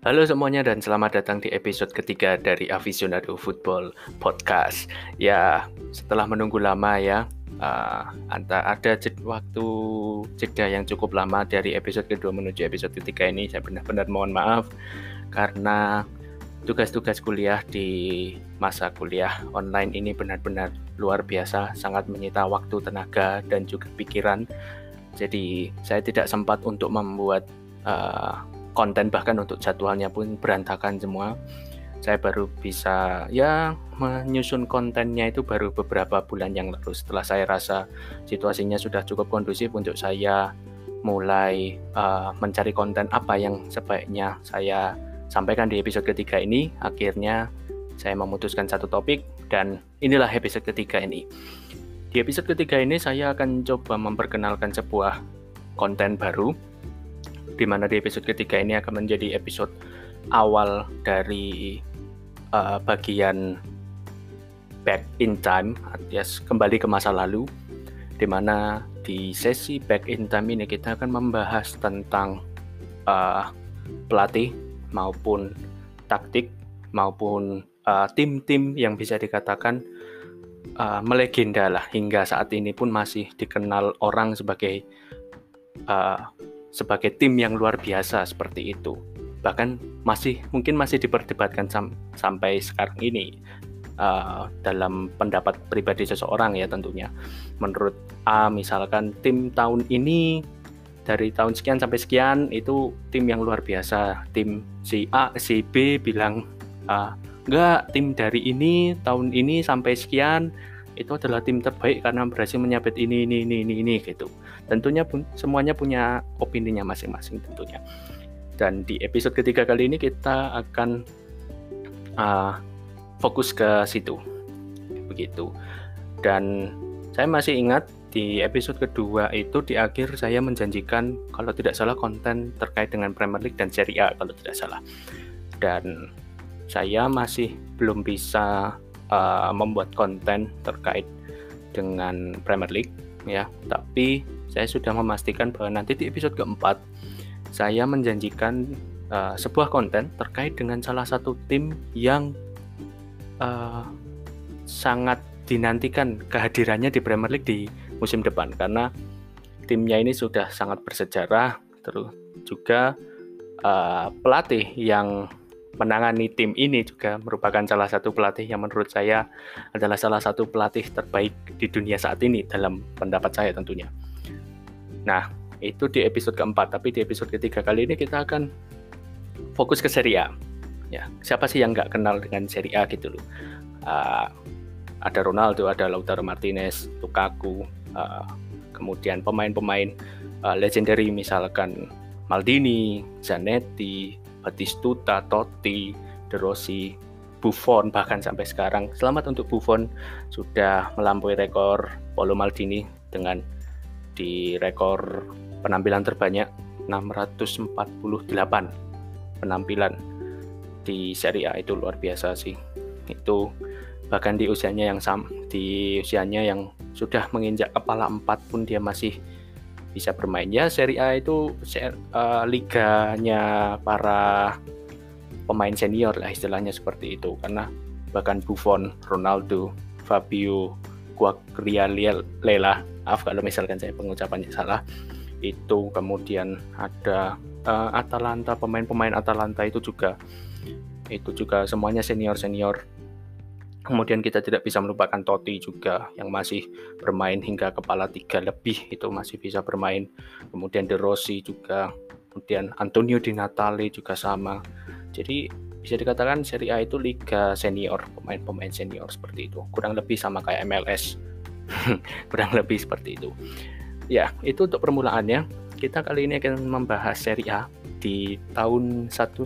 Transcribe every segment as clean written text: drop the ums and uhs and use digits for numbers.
Halo semuanya dan selamat datang di episode ketiga dari Aficionado Football Podcast. Ya, setelah menunggu lama ya, ada waktu jeda yang cukup lama dari episode kedua menuju episode ketiga ini. Saya benar-benar mohon maaf karena tugas-tugas kuliah di masa kuliah online ini benar-benar luar biasa, sangat menyita waktu, tenaga, dan juga pikiran. Jadi saya tidak sempat untuk membuat konten, bahkan untuk jadwalnya pun berantakan semua. Saya baru bisa menyusun kontennya itu baru beberapa bulan yang lalu, setelah saya rasa situasinya sudah cukup kondusif untuk saya mulai mencari konten apa yang sebaiknya saya sampaikan di episode ketiga ini. Akhirnya saya memutuskan satu topik dan inilah episode ketiga ini. Di episode ketiga ini saya akan coba memperkenalkan sebuah konten baru, di mana di episode ketiga ini akan menjadi episode awal dari bagian back in time, alias kembali ke masa lalu, di mana di sesi back in time ini kita akan membahas tentang pelatih maupun taktik maupun tim-tim yang bisa dikatakan melegenda lah, hingga saat ini pun masih dikenal orang sebagai tim yang luar biasa seperti itu. Bahkan mungkin masih diperdebatkan sampai sekarang ini dalam pendapat pribadi seseorang ya tentunya. Menurut A misalkan tim tahun ini dari tahun sekian sampai sekian itu tim yang luar biasa. Tim si A, si B bilang enggak, tim dari ini tahun ini sampai sekian itu adalah tim terbaik karena berhasil menyabet ini gitu. Tentunya pun semuanya punya opininya masing-masing tentunya. Dan di episode ketiga kali ini kita akan fokus ke situ, begitu. Dan saya masih ingat di episode kedua itu di akhir saya menjanjikan kalau tidak salah konten terkait dengan Premier League dan Serie A kalau tidak salah. Dan saya masih belum bisa membuat konten terkait dengan Premier League ya, tapi saya sudah memastikan bahwa nanti di episode keempat saya menjanjikan sebuah konten terkait dengan salah satu tim yang sangat dinantikan kehadirannya di Premier League di musim depan, karena timnya ini sudah sangat bersejarah, terus juga pelatih yang menangani tim ini juga merupakan salah satu pelatih yang menurut saya adalah salah satu pelatih terbaik di dunia saat ini dalam pendapat saya tentunya. Nah, itu di episode keempat, tapi di episode ketiga kali ini kita akan fokus ke Serie A. Ya, siapa sih yang nggak kenal dengan Serie A gitu loh. Ada Ronaldo, ada Lautaro Martinez, Lukaku, kemudian pemain-pemain legendary misalkan Maldini, Zanetti, Batistuta, Totti, De Rossi, Buffon, bahkan sampai sekarang. Selamat untuk Buffon, sudah melampaui rekor Paolo Maldini dengan di rekor penampilan terbanyak 648 penampilan di Serie A. Itu luar biasa sih. Itu bahkan di usianya yang sudah menginjak kepala 4 pun dia masih bisa bermain. Ya, Serie A itu liganya para pemain senior lah istilahnya seperti itu, karena bahkan Buffon, Ronaldo, Fabio Quagliarella, maaf kalau misalkan saya pengucapannya salah, itu kemudian ada Atalanta, pemain-pemain Atalanta itu juga semuanya senior. Kemudian kita tidak bisa melupakan Totti juga yang masih bermain hingga kepala 3 lebih, itu masih bisa bermain. Kemudian De Rossi juga, kemudian Antonio Di Natale juga sama. Jadi bisa dikatakan Serie A itu liga senior, pemain-pemain senior seperti itu. Kurang lebih sama kayak MLS. Kurang lebih seperti itu. Ya, itu untuk permulaannya. Kita kali ini akan membahas Serie A di tahun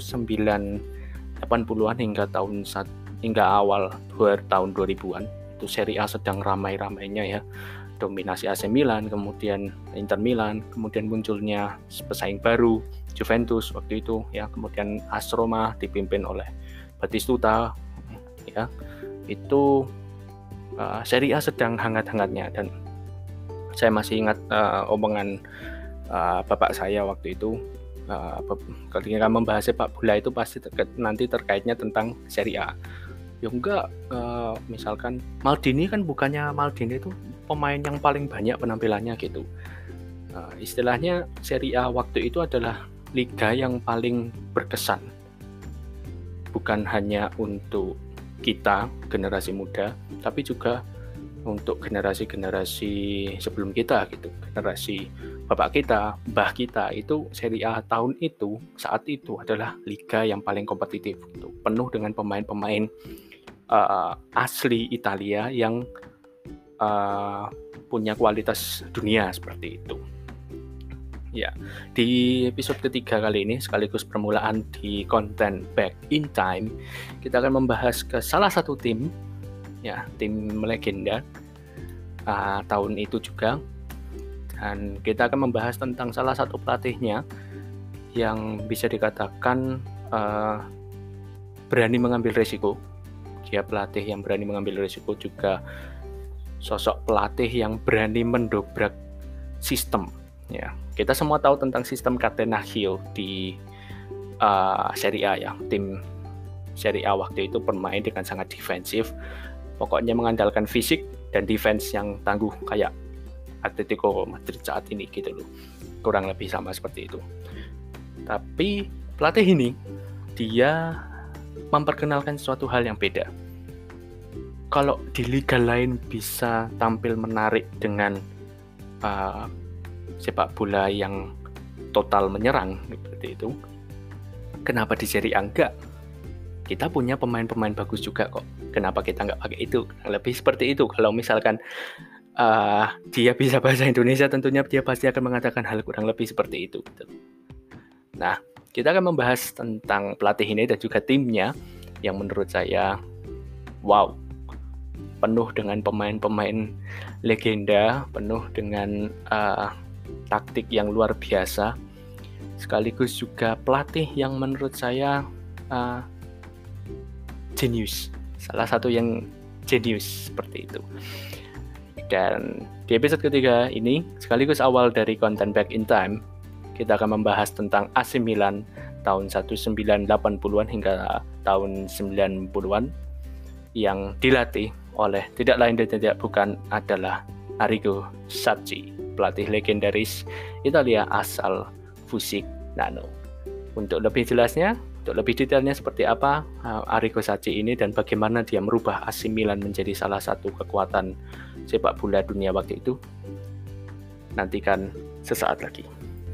1980-an hingga awal tahun 2000-an. Itu Serie A sedang ramai-ramainya ya. Dominasi AC Milan, kemudian Inter Milan, kemudian munculnya pesaing baru Juventus waktu itu ya, kemudian AS Roma dipimpin oleh Batistuta ya. Itu Serie A sedang hangat-hangatnya, dan saya masih ingat omongan bapak saya waktu itu ketika membahas sepak bola itu pasti nanti terkaitnya tentang Serie A. Ya enggak, misalkan Maldini kan bukannya Maldini itu pemain yang paling banyak penampilannya gitu. Istilahnya Serie A waktu itu adalah liga yang paling berkesan. Bukan hanya untuk kita, generasi muda, tapi juga untuk generasi-generasi sebelum kita gitu. Generasi bapak kita, mbah kita, itu Serie A tahun itu, saat itu adalah liga yang paling kompetitif. Gitu. Penuh dengan pemain-pemain asli Italia yang punya kualitas dunia seperti itu. Ya, di episode ketiga kali ini sekaligus permulaan di konten Back in Time, kita akan membahas ke salah satu tim, ya, tim legenda tahun itu juga, dan kita akan membahas tentang salah satu pelatihnya yang bisa dikatakan berani mengambil risiko. Dia pelatih yang berani mengambil risiko, juga sosok pelatih yang berani mendobrak sistem. Ya, kita semua tahu tentang sistem Catenaccio di Serie A ya. Tim Serie A waktu itu bermain dengan sangat defensif. Pokoknya mengandalkan fisik dan defense yang tangguh kayak Atletico Madrid saat ini gitu loh. Kurang lebih sama seperti itu. Tapi pelatih ini dia memperkenalkan suatu hal yang beda. Kalau di liga lain bisa tampil menarik dengan sepak bola yang total menyerang seperti itu, kenapa di Serie A enggak? Kita punya pemain-pemain bagus juga kok. Kenapa kita enggak pakai itu? Lebih seperti itu. Kalau misalkan dia bisa bahasa Indonesia, tentunya dia pasti akan mengatakan hal kurang lebih seperti itu. Gitu. Nah, kita akan membahas tentang pelatih ini dan juga timnya yang menurut saya wow, penuh dengan pemain-pemain legenda, penuh dengan taktik yang luar biasa, sekaligus juga pelatih yang menurut saya jenius, salah satu yang jenius seperti itu. Dan di episode ketiga ini, sekaligus awal dari konten Back in Time, kita akan membahas tentang AC Milan tahun 1980-an hingga tahun 90-an yang dilatih oleh tidak lain dan tidak bukan adalah Arrigo Sacchi, pelatih legendaris Italia asal Fusignano. Untuk lebih jelasnya, untuk lebih detailnya seperti apa Arrigo Sacchi ini dan bagaimana dia merubah AC Milan menjadi salah satu kekuatan sepak bola dunia waktu itu, nantikan sesaat lagi.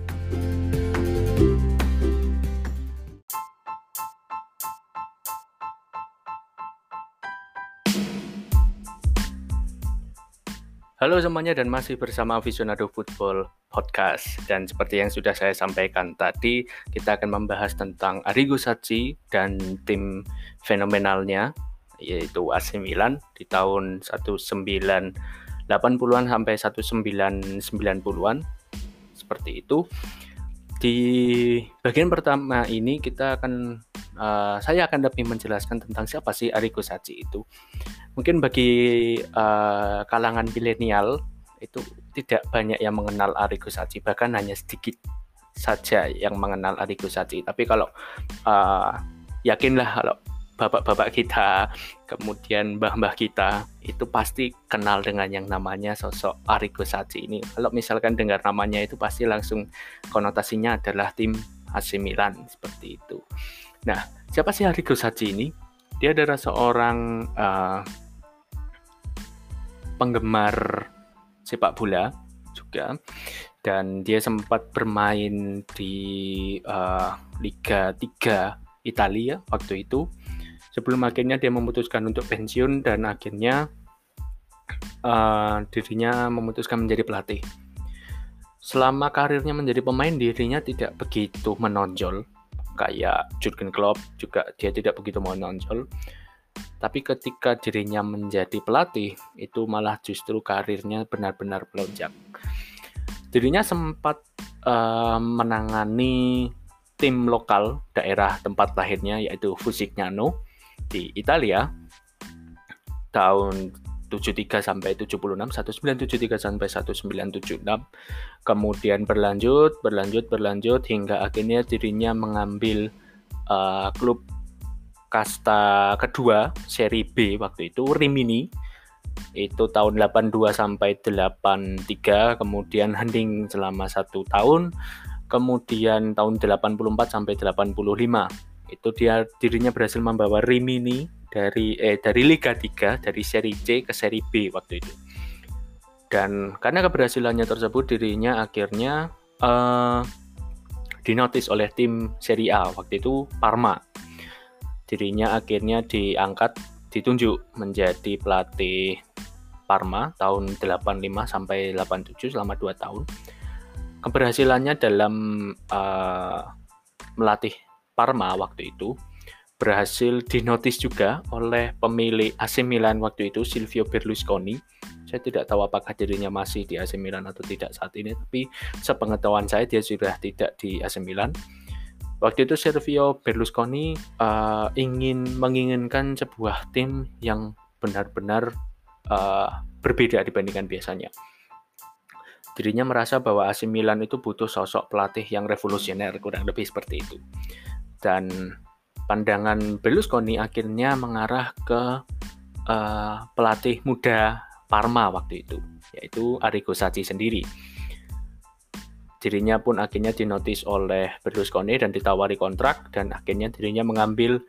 Halo semuanya, dan masih bersama Aficionado Football Podcast. Dan seperti yang sudah saya sampaikan tadi, kita akan membahas tentang Arrigo Sacchi dan tim fenomenalnya, yaitu AC Milan di tahun 1980-an sampai 1990-an. Seperti itu. Di bagian pertama ini saya akan lebih menjelaskan tentang siapa sih Arrigo Sacchi itu. Mungkin bagi kalangan milenial itu tidak banyak yang mengenal Arrigo Sacchi, bahkan hanya sedikit saja yang mengenal Arrigo Sacchi. Tapi kalau yakinlah kalau bapak-bapak kita, kemudian mbah-mbah kita itu pasti kenal dengan yang namanya sosok Arrigo Sacchi ini. Kalau misalkan dengar namanya itu pasti langsung konotasinya adalah tim AC Milan seperti itu. Nah, siapa sih Arrigo Sacchi ini? Dia adalah seorang penggemar sepak bola juga, dan dia sempat bermain di Liga 3 Italia waktu itu, sebelum akhirnya dia memutuskan untuk pensiun dan akhirnya dirinya memutuskan menjadi pelatih. Selama karirnya menjadi pemain, dirinya tidak begitu menonjol, kayak Jurgen Klopp juga dia tidak begitu menonjol. Tapi ketika dirinya menjadi pelatih, itu malah justru karirnya benar-benar melonjak. Dirinya sempat menangani tim lokal daerah tempat lahirnya, yaitu Fusignano di Italia tahun 1973 sampai 76, 1973 sampai 1976. Kemudian berlanjut hingga akhirnya dirinya mengambil klub kasta kedua seri B waktu itu, Rimini. Itu tahun 82 sampai 83, kemudian hening selama 1 tahun. Kemudian tahun 84 sampai 85 itu dirinya berhasil membawa Rimini dari Liga 3, dari seri C ke seri B waktu itu. Dan karena keberhasilannya tersebut, dirinya akhirnya dinotis oleh tim Serie A waktu itu, Parma. Dirinya akhirnya ditunjuk menjadi pelatih Parma tahun 85 sampai 87 selama 2 tahun. Keberhasilannya dalam melatih Parma waktu itu berhasil dinotis juga oleh pemilik AC Milan waktu itu, Silvio Berlusconi. Saya tidak tahu apakah dirinya masih di AC Milan atau tidak saat ini, tapi sepengetahuan saya dia sudah tidak di AC Milan. Waktu itu Silvio Berlusconi menginginkan sebuah tim yang benar-benar berbeda dibandingkan biasanya. Dirinya merasa bahwa AC Milan itu butuh sosok pelatih yang revolusioner, kurang lebih seperti itu. Dan pandangan Berlusconi akhirnya mengarah ke pelatih muda Parma waktu itu, yaitu Arrigo Sacchi sendiri. Dirinya pun akhirnya dinotis oleh Berlusconi dan ditawari kontrak, dan akhirnya dirinya mengambil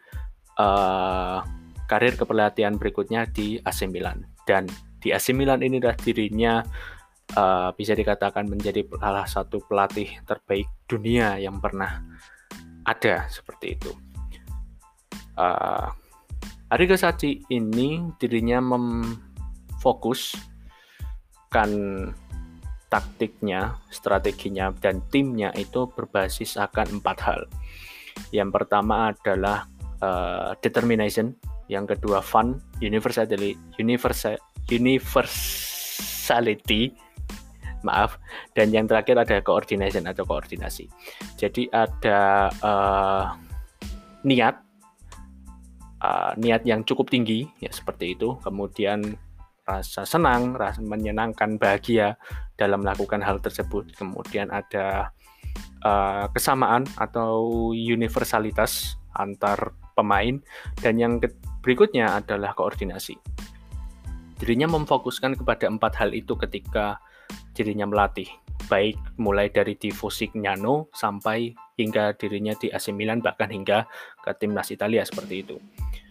karir kepelatihan berikutnya di AC Milan. Dan di AC Milan inilah dirinya bisa dikatakan menjadi salah satu pelatih terbaik dunia yang pernah ada, seperti itu. Arrigo Sacchi ini dirinya memfokuskan taktiknya, strateginya, dan timnya itu berbasis akan 4 hal. Yang pertama adalah determination, yang kedua fun, universality, dan yang terakhir ada coordination atau koordinasi. Jadi ada niat yang cukup tinggi, ya seperti itu. Kemudian rasa senang, rasa menyenangkan, bahagia dalam melakukan hal tersebut. Kemudian ada kesamaan atau universalitas antar pemain, dan yang berikutnya adalah koordinasi. Dirinya memfokuskan kepada 4 hal itu ketika dirinya melatih, baik mulai dari di Fosignano sampai hingga dirinya di AC Milan, bahkan hingga ke timnas Italia, seperti itu.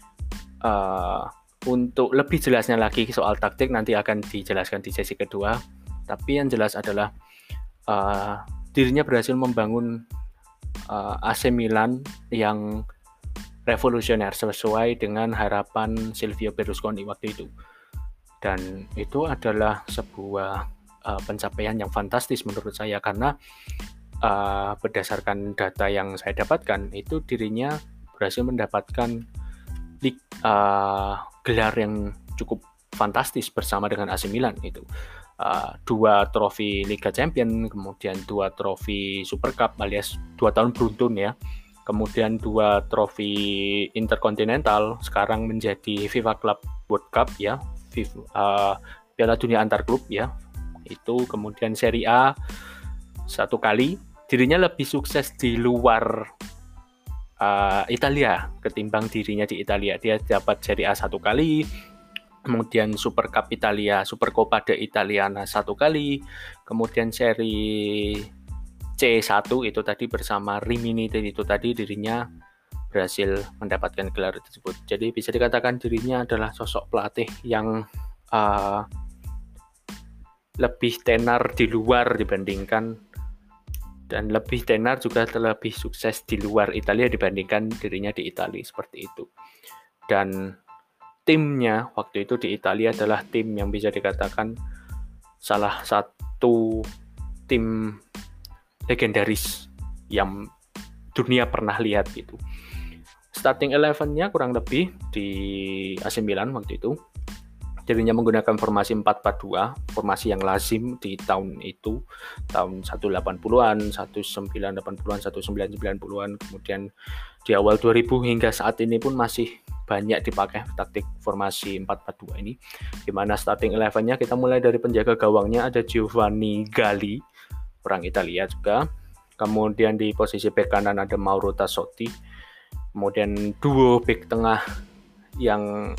Untuk lebih jelasnya lagi soal taktik nanti akan dijelaskan di sesi kedua, tapi yang jelas adalah dirinya berhasil membangun AC Milan yang revolusioner sesuai dengan harapan Silvio Berlusconi waktu itu. Dan itu adalah sebuah pencapaian yang fantastis menurut saya, karena berdasarkan data yang saya dapatkan itu dirinya berhasil mendapatkan gelar yang cukup fantastis bersama dengan AC Milan itu. 2 trofi Liga Champion, kemudian 2 trofi Super Cup alias 2 tahun beruntun ya. Kemudian 2 trofi Intercontinental, sekarang menjadi FIFA Club World Cup ya, Piala Dunia antar klub ya. Itu kemudian Serie A 1 kali. Dirinya lebih sukses di luar Italia ketimbang dirinya di Italia. Dia dapat Serie A 1 kali, kemudian Super Cup Italia, Supercoppa d'Italiana 1 kali, kemudian seri C1 itu tadi bersama Rimini itu tadi, dirinya berhasil mendapatkan gelar tersebut. Jadi bisa dikatakan dirinya adalah sosok pelatih yang lebih tenar di luar dibandingkan, dan lebih tenar juga lebih sukses di luar Italia dibandingkan dirinya di Italia, seperti itu. Dan timnya waktu itu di Italia adalah tim yang bisa dikatakan salah satu tim legendaris yang dunia pernah lihat gitu. Starting 11-nya kurang lebih di AC Milan waktu itu. dirinya menggunakan formasi 4-4-2, formasi yang lazim di tahun itu, tahun 180-an, 1980-an, 1990-an, kemudian di awal 2000 hingga saat ini pun masih banyak dipakai taktik formasi 4-4-2 ini, di mana starting 11-nya kita mulai dari penjaga gawangnya ada Giovanni Galli, orang Italia juga. Kemudian di posisi bek kanan ada Mauro Tassotti. Kemudian duo bek tengah yang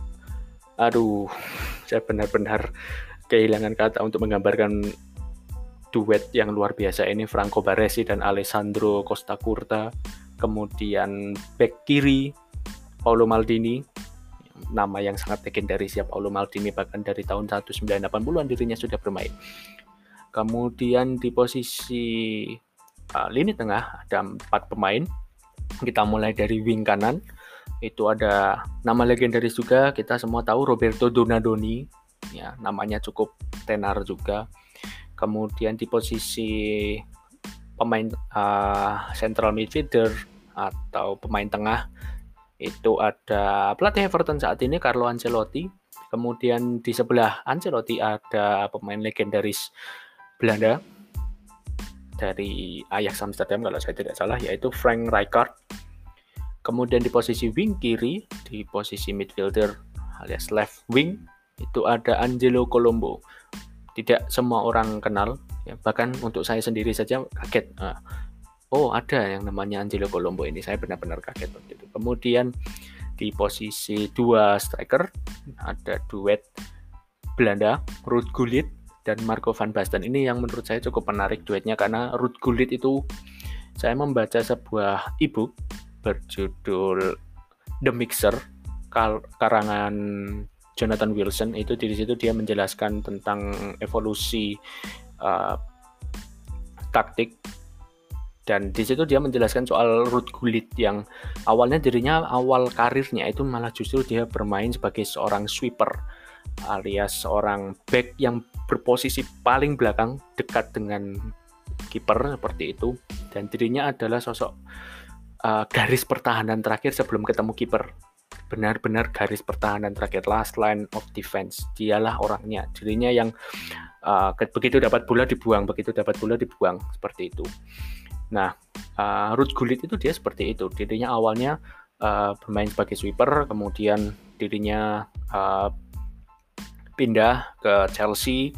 saya benar-benar kehilangan kata untuk menggambarkan duet yang luar biasa ini, Franco Baresi dan Alessandro Costa Curta. Kemudian bek kiri Paolo Maldini, nama yang sangat legendaris ya, Paolo Maldini, bahkan dari tahun 1980-an dirinya sudah bermain. Kemudian di posisi lini tengah ada 4 pemain. Kita mulai dari wing kanan, itu ada nama legendaris juga, kita semua tahu, Roberto Donadoni, ya, namanya cukup tenar juga. Kemudian di posisi pemain central midfielder atau pemain tengah itu ada pelatih Everton saat ini, Carlo Ancelotti. Kemudian di sebelah Ancelotti ada pemain legendaris Belanda dari Ajax Amsterdam kalau saya tidak salah, yaitu Frank Rijkaard. Kemudian di posisi wing kiri, di posisi midfielder alias left wing, itu ada Angelo Colombo. Tidak semua orang kenal, ya, bahkan untuk saya sendiri saja kaget. Ada yang namanya Angelo Colombo ini, saya benar-benar kaget waktu itu. Kemudian di posisi 2 striker ada duet Belanda, Ruud Gullit dan Marco van Basten. Ini yang menurut saya cukup menarik duetnya, karena Ruud Gullit itu, saya membaca sebuah e-book berjudul The Mixer karangan Jonathan Wilson. Itu di situ dia menjelaskan tentang evolusi taktik, dan di situ dia menjelaskan soal Ruud Gullit yang awalnya awal karirnya itu malah justru dia bermain sebagai seorang sweeper alias seorang back yang berposisi paling belakang dekat dengan kiper seperti itu, dan dirinya adalah sosok garis pertahanan terakhir sebelum ketemu kiper. Benar-benar garis pertahanan terakhir, last line of defense. Dialah orangnya, dirinya yang begitu dapat bola dibuang, seperti itu. Nah, Ruud Gullit itu dia seperti itu. Dirinya awalnya bermain sebagai sweeper, kemudian dirinya pindah ke Chelsea.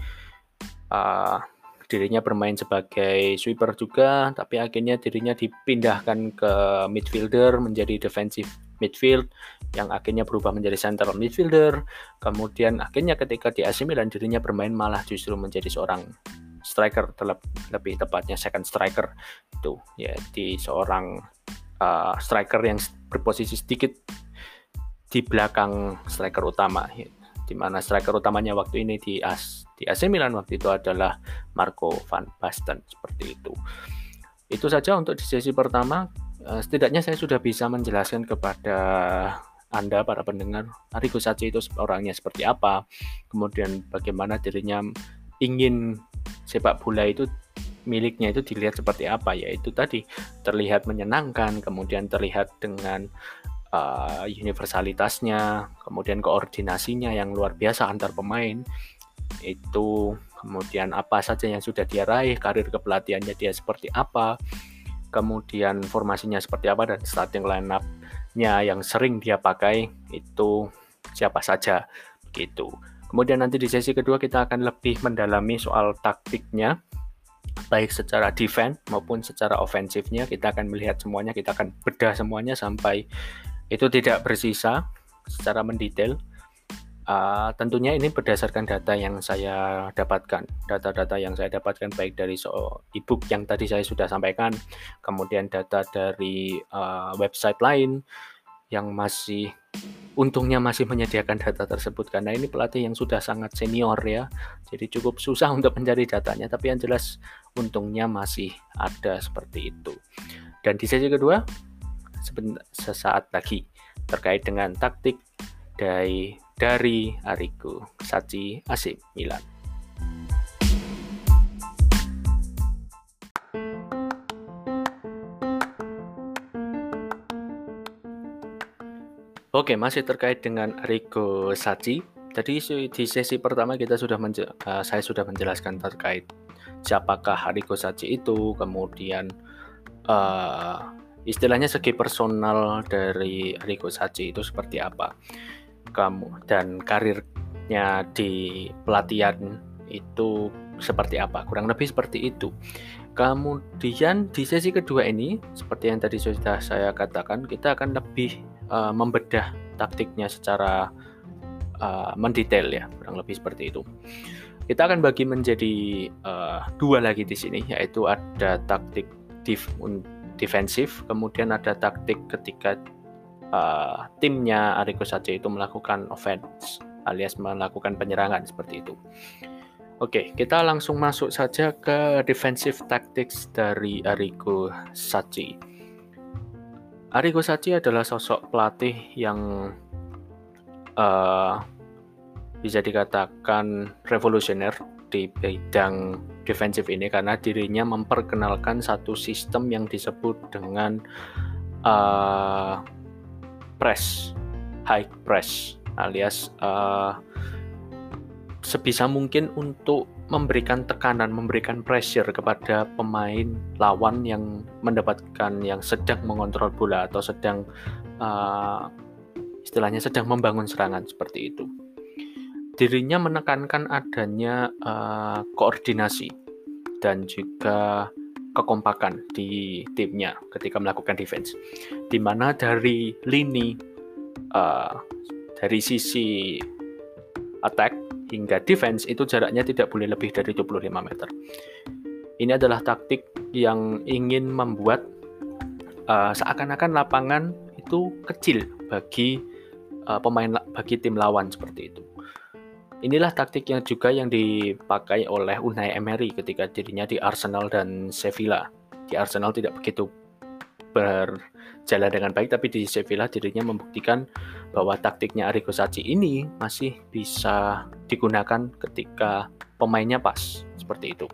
Dirinya bermain sebagai sweeper juga, tapi akhirnya dirinya dipindahkan ke midfielder, menjadi defensive midfield, yang akhirnya berubah menjadi central midfielder. Kemudian akhirnya ketika di AC Milan dirinya bermain malah justru menjadi seorang striker, lebih tepatnya second striker itu, ya, di seorang striker yang berposisi sedikit di belakang striker utama, ya, di mana striker utamanya waktu ini di AC Milan waktu itu adalah Marco van Basten, seperti itu. Itu saja untuk di sesi pertama. Setidaknya saya sudah bisa menjelaskan kepada Anda, para pendengar, Arrigo Sacchi itu orangnya seperti apa, kemudian bagaimana dirinya ingin sepak bola itu miliknya itu dilihat seperti apa, yaitu tadi terlihat menyenangkan, kemudian terlihat dengan universalitasnya, kemudian koordinasinya yang luar biasa antar pemain itu, kemudian apa saja yang sudah dia raih, karir kepelatihannya dia seperti apa, kemudian formasinya seperti apa, dan starting line-up-nya yang sering dia pakai itu siapa saja begitu. Kemudian nanti di sesi kedua kita akan lebih mendalami soal taktiknya, baik secara defense maupun secara ofensifnya. Kita akan melihat semuanya, kita akan bedah semuanya sampai itu tidak bersisa secara mendetail. Tentunya ini berdasarkan data yang saya dapatkan, data-data yang saya dapatkan baik dari e-book yang tadi saya sudah sampaikan, kemudian data dari website lain yang untungnya masih menyediakan data tersebut, karena ini pelatih yang sudah sangat senior ya, jadi cukup susah untuk mencari datanya, tapi yang jelas untungnya masih ada seperti itu. Dan di sesi kedua sesaat lagi terkait dengan taktik dari Arrigo Sacchi AC Milan. Oke, masih terkait dengan Arrigo Sacchi tadi di sesi pertama saya sudah menjelaskan terkait siapakah Arrigo Sacchi itu, kemudian istilahnya segi personal dari Arrigo Sacchi itu seperti apa, dan karirnya di pelatihan itu seperti apa, kurang lebih seperti itu. Kemudian di sesi kedua ini, seperti yang tadi sudah saya katakan, kita akan lebih membedah taktiknya secara mendetail ya, kurang lebih seperti itu. Kita akan bagi menjadi dua lagi di sini, yaitu ada taktik defensif, kemudian ada taktik ketika timnya Arrigo Sacchi itu melakukan offense alias melakukan penyerangan seperti itu. Oke, kita langsung masuk saja ke defensive tactics dari Arrigo Sacchi. Arrigo Sacchi adalah sosok pelatih yang bisa dikatakan revolusioner di bidang defensif ini, karena dirinya memperkenalkan satu sistem yang disebut dengan high press, alias sebisa mungkin untuk memberikan tekanan, memberikan pressure kepada pemain lawan yang sedang mengontrol bola atau sedang istilahnya sedang membangun serangan seperti itu. Dirinya menekankan adanya koordinasi dan juga kekompakan di timnya ketika melakukan defense, di mana dari sisi attack hingga defense itu jaraknya tidak boleh lebih dari 25 meter. Ini adalah taktik yang ingin membuat seakan-akan lapangan itu kecil bagi tim lawan seperti itu. Inilah taktik yang dipakai oleh Unai Emery ketika dirinya di Arsenal dan Sevilla. Di Arsenal tidak begitu berjalan dengan baik, tapi di Sevilla dirinya membuktikan bahwa taktiknya Arrigo Sacchi ini masih bisa digunakan ketika pemainnya pas seperti itu.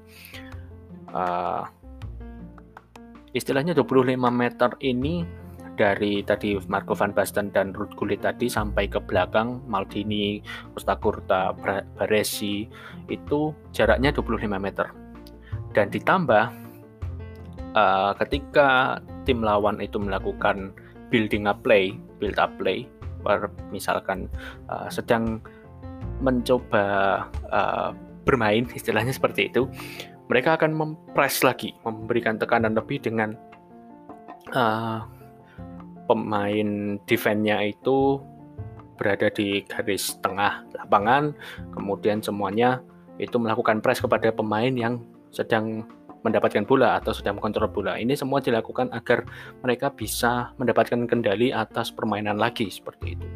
Istilahnya 25 meter ini dari tadi Marco van Basten dan Ruud Gullit tadi sampai ke belakang Maldini, Costa Curta, Baresi itu jaraknya 25 meter. Dan ditambah ketika tim lawan itu melakukan build up play, misalkan sedang mencoba bermain, istilahnya seperti itu, mereka akan mempress lagi, memberikan tekanan lebih dengan pemain defense-nya itu berada di garis tengah lapangan, kemudian semuanya itu melakukan press kepada pemain yang sedang mendapatkan bola atau sedang mengontrol bola. Ini semua dilakukan agar mereka bisa mendapatkan kendali atas permainan lagi seperti itu.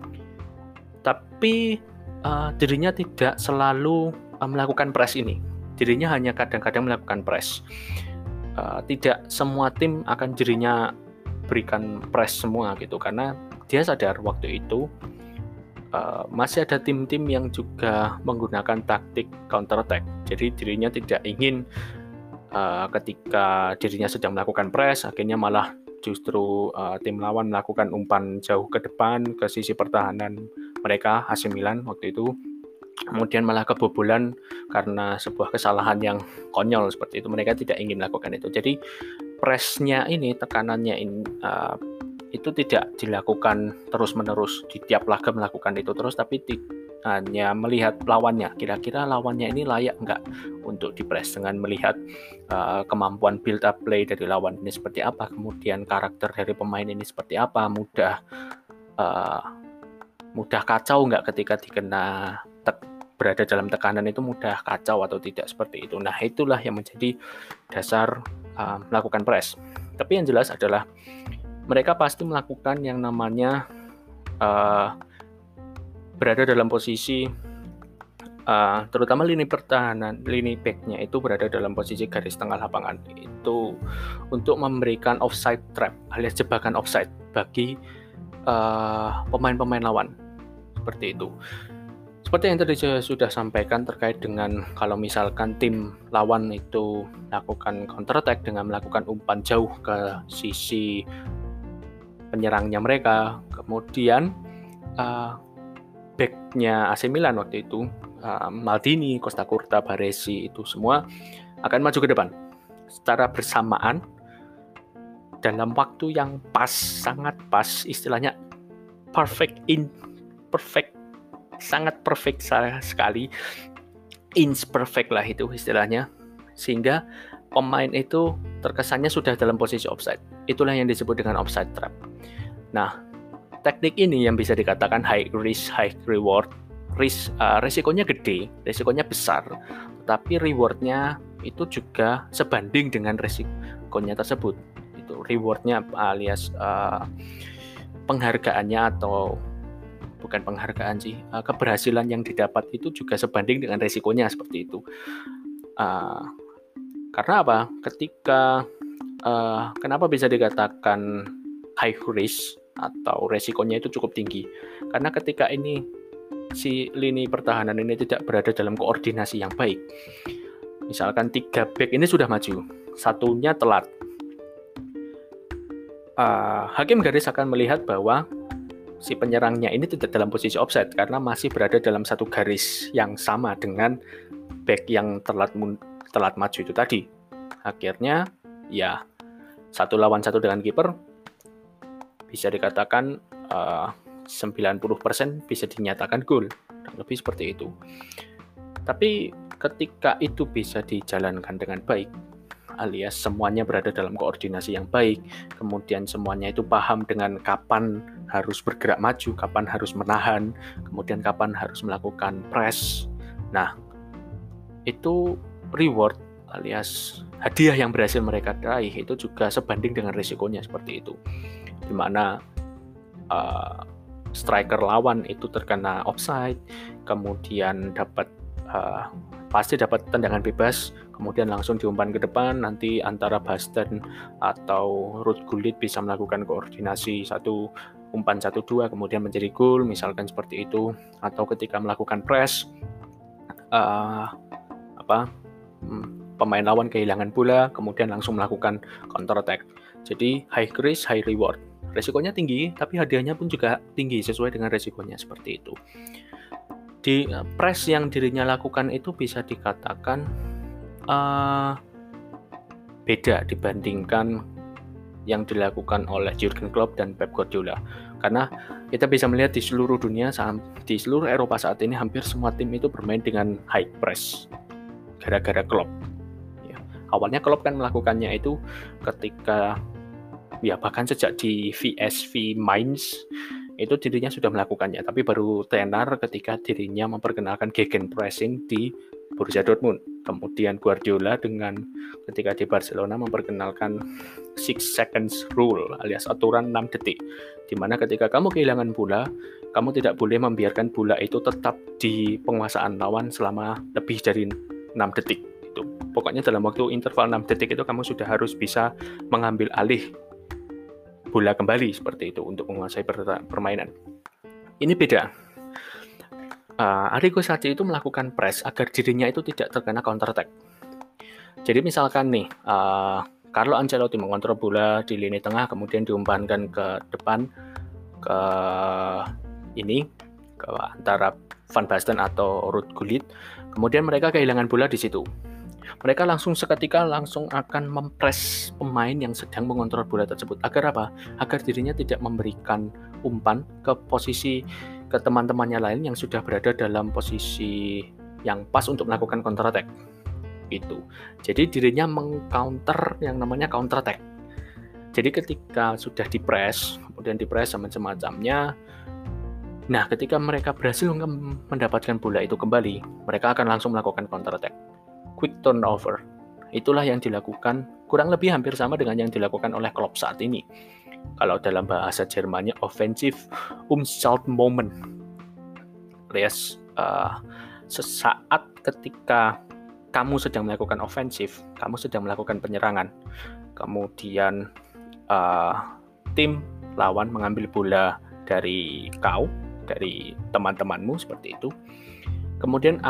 Tapi dirinya tidak selalu melakukan press ini. Dirinya hanya kadang-kadang melakukan press. Tidak semua tim akan dirinya berikan press semua gitu, karena dia sadar waktu itu masih ada tim-tim yang juga menggunakan taktik counter attack. Jadi dirinya tidak ingin ketika dirinya sedang melakukan press, akhirnya malah justru tim lawan melakukan umpan jauh ke depan ke sisi pertahanan mereka, AC Milan waktu itu, kemudian malah kebobolan karena sebuah kesalahan yang konyol seperti itu. Mereka tidak ingin melakukan itu. Jadi pressnya ini, tekanannya ini itu tidak dilakukan terus-menerus di tiap laga melakukan itu terus, tapi hanya melihat lawannya, kira-kira lawannya ini layak nggak untuk dipress, dengan melihat kemampuan build up play dari lawan ini seperti apa, kemudian karakter dari pemain ini seperti apa, mudah kacau nggak ketika berada dalam tekanan itu, mudah kacau atau tidak seperti itu. Nah, itulah yang menjadi dasar melakukan press. Tapi yang jelas adalah mereka pasti melakukan yang namanya berada dalam posisi terutama lini pertahanan, lini back-nya itu berada dalam posisi garis tengah lapangan itu untuk memberikan offside trap alias jebakan offside bagi pemain-pemain lawan seperti itu. Seperti yang tadi saya sudah sampaikan terkait dengan kalau misalkan tim lawan itu melakukan counter attack dengan melakukan umpan jauh ke sisi penyerangnya mereka, kemudian back-nya AC Milan waktu itu, Maldini, Costa Curta, Baresi, itu semua akan maju ke depan secara bersamaan dalam waktu yang pas, sangat pas, istilahnya perfect, sangat perfect sekali, inch perfect lah itu istilahnya, sehingga pemain itu terkesannya sudah dalam posisi offside. Itulah yang disebut dengan offside trap. Nah, teknik ini yang bisa dikatakan high risk, high reward. Resikonya gede, resikonya besar, tapi rewardnya itu juga sebanding dengan resikonya tersebut. Itu rewardnya alias penghargaannya, atau bukan penghargaan sih, keberhasilan yang didapat itu juga sebanding dengan resikonya, seperti itu. Karena apa? Kenapa bisa dikatakan high risk atau resikonya itu cukup tinggi? Karena ketika ini si lini pertahanan ini tidak berada dalam koordinasi yang baik. Misalkan 3 back ini sudah maju, satunya telat. Hakim garis akan melihat bahwa si penyerangnya ini tidak dalam posisi offside karena masih berada dalam satu garis yang sama dengan back yang telat maju itu tadi. Akhirnya ya 1 lawan 1 dengan kiper bisa dikatakan 90% bisa dinyatakan gol, lebih seperti itu. Tapi ketika itu bisa dijalankan dengan baik, alias semuanya berada dalam koordinasi yang baik, kemudian semuanya itu paham dengan kapan harus bergerak maju, kapan harus menahan, kemudian kapan harus melakukan press. Nah, itu reward alias hadiah yang berhasil mereka raih itu juga sebanding dengan risikonya, seperti itu. Dimana striker lawan itu terkena offside, kemudian pasti dapat tendangan bebas, kemudian langsung diumpan ke depan, nanti antara Basten atau Ruud Gullit bisa melakukan koordinasi satu umpan 1-2 kemudian menjadi gol, misalkan seperti itu. Atau ketika melakukan press, pemain lawan kehilangan bola, kemudian langsung melakukan counter attack. Jadi high risk, high reward. Resikonya tinggi, tapi hadiahnya pun juga tinggi sesuai dengan resikonya, seperti itu. Di press yang dirinya lakukan itu bisa dikatakan beda dibandingkan yang dilakukan oleh Jurgen Klopp dan Pep Guardiola. Karena kita bisa melihat di seluruh dunia, di seluruh Eropa saat ini hampir semua tim itu bermain dengan high press gara-gara Klopp. Ya, awalnya Klopp kan melakukannya itu ketika bahkan sejak di VSV Mainz itu dirinya sudah melakukannya, tapi baru tenar ketika dirinya memperkenalkan gegenpressing di Borussia Dortmund. Kemudian Guardiola ketika di Barcelona memperkenalkan 6 seconds rule alias aturan 6 detik, di mana ketika kamu kehilangan bola, kamu tidak boleh membiarkan bola itu tetap di penguasaan lawan selama lebih dari 6 detik. Itu pokoknya dalam waktu interval 6 detik itu kamu sudah harus bisa mengambil alih bola kembali, seperti itu, untuk menguasai permainan. Ini beda. Arrigo Sacchi itu melakukan press agar dirinya itu tidak terkena counter attack. Jadi misalkan nih, Carlo Ancelotti mengontrol bola di lini tengah, kemudian diumpankan ke depan ke antara Van Basten atau Ruud Gullit. Kemudian mereka kehilangan bola di situ. Mereka seketika langsung akan mempres pemain yang sedang mengontrol bola tersebut. Agar apa? Agar dirinya tidak memberikan umpan ke teman-temannya lain yang sudah berada dalam posisi yang pas untuk melakukan counter attack. Itu. Jadi dirinya mengcounter yang namanya counter attack. Jadi ketika sudah dipres, kemudian dipres sama semacamnya, nah ketika mereka berhasil mendapatkan bola itu kembali, mereka akan langsung melakukan counter attack. Quick turnover. Itulah yang dilakukan, kurang lebih hampir sama dengan yang dilakukan oleh Klopp saat ini. Kalau dalam bahasa Jermannya offensive Umschaltmoment. Alias sesaat ketika kamu sedang melakukan ofensif, kamu sedang melakukan penyerangan, kemudian tim lawan mengambil bola dari teman-temanmu, seperti itu. Kemudian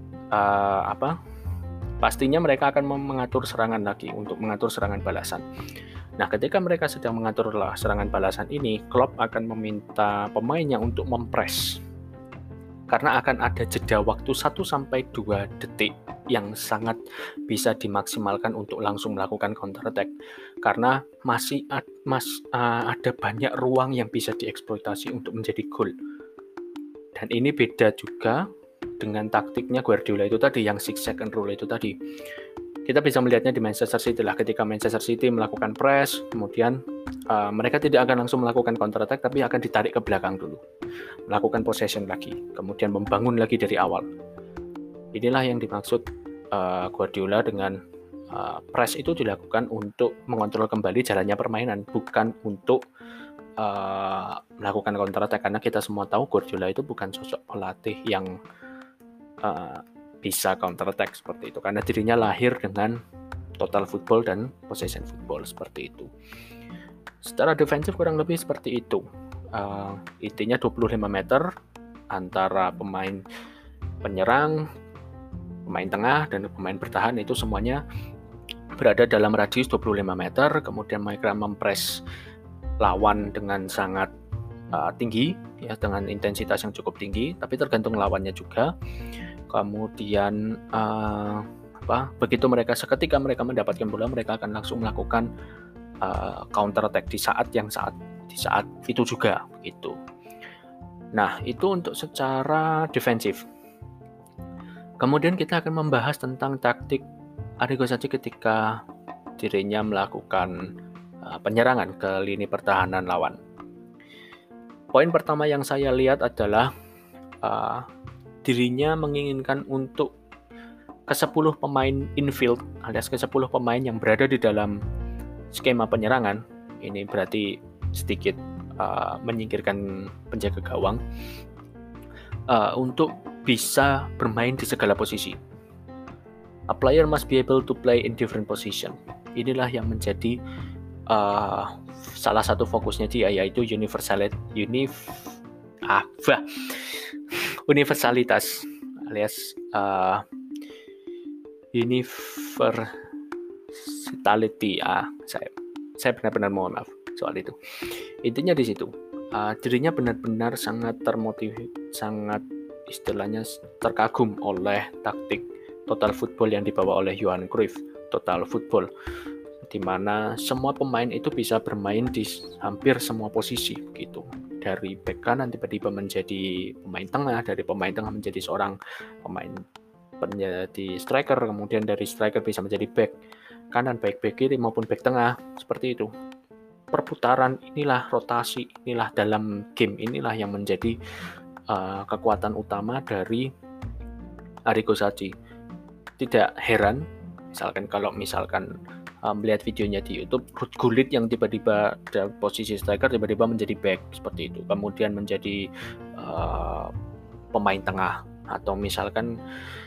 pastinya mereka akan mengatur serangan lagi untuk mengatur serangan balasan. Nah, ketika mereka sedang mengatur serangan balasan ini, Klopp akan meminta pemainnya untuk mempres. karena akan ada jeda waktu 1-2 detik yang sangat bisa dimaksimalkan untuk langsung melakukan counter attack, karena masih ada banyak ruang yang bisa dieksploitasi untuk menjadi gol. Dan ini beda juga dengan taktiknya Guardiola itu tadi, yang 6 second rule itu tadi. Kita bisa melihatnya di Manchester City lah, ketika Manchester City melakukan press, kemudian mereka tidak akan langsung melakukan counter attack, tapi akan ditarik ke belakang dulu, melakukan possession lagi, kemudian membangun lagi dari awal. Inilah yang dimaksud Guardiola dengan press itu dilakukan untuk mengontrol kembali jalannya permainan, bukan untuk melakukan counter attack, karena kita semua tahu Guardiola itu bukan sosok pelatih yang bisa counter attack seperti itu, karena dirinya lahir dengan total football dan possession football seperti itu. Secara defensif kurang lebih seperti itu. Intinya 25 meter antara pemain penyerang, pemain tengah, dan pemain bertahan itu semuanya berada dalam radius 25 meter. Kemudian mereka mempress lawan dengan sangat tinggi, ya, dengan intensitas yang cukup tinggi, tapi tergantung lawannya juga. Kemudian begitu seketika mereka mendapatkan bola, mereka akan langsung melakukan counter attack di saat itu juga begitu. Nah, itu untuk secara defensif. Kemudian kita akan membahas tentang taktik Arrigo Sacchi ketika dirinya melakukan penyerangan ke lini pertahanan lawan. Poin pertama yang saya lihat adalah dirinya menginginkan untuk ke-10 pemain infield, alias ke-10 pemain yang berada di dalam skema penyerangan. Ini berarti sedikit menyingkirkan penjaga gawang, untuk bisa bermain di segala posisi. A player must be able to play in different position. Inilah yang menjadi salah satu fokusnya dia, yaitu universalitas alias universality. Saya benar-benar mohon maaf soal itu. Intinya di situ, dirinya benar-benar sangat termotivasi, sangat istilahnya terkagum oleh taktik total football yang dibawa oleh Johan Cruyff, total football, di mana semua pemain itu bisa bermain di hampir semua posisi begitu. Dari bek kanan tiba-tiba menjadi pemain tengah, dari pemain tengah menjadi seorang pemain menjadi striker, kemudian dari striker bisa menjadi bek kanan, baik bek kiri maupun bek tengah, seperti itu. Perputaran inilah, rotasi inilah dalam game inilah yang menjadi kekuatan utama dari Arrigo Sacchi. Tidak heran kalau misalkan melihat videonya di YouTube, Ruud Gullit yang tiba-tiba dalam posisi striker tiba-tiba menjadi back seperti itu, kemudian menjadi pemain tengah, atau misalkan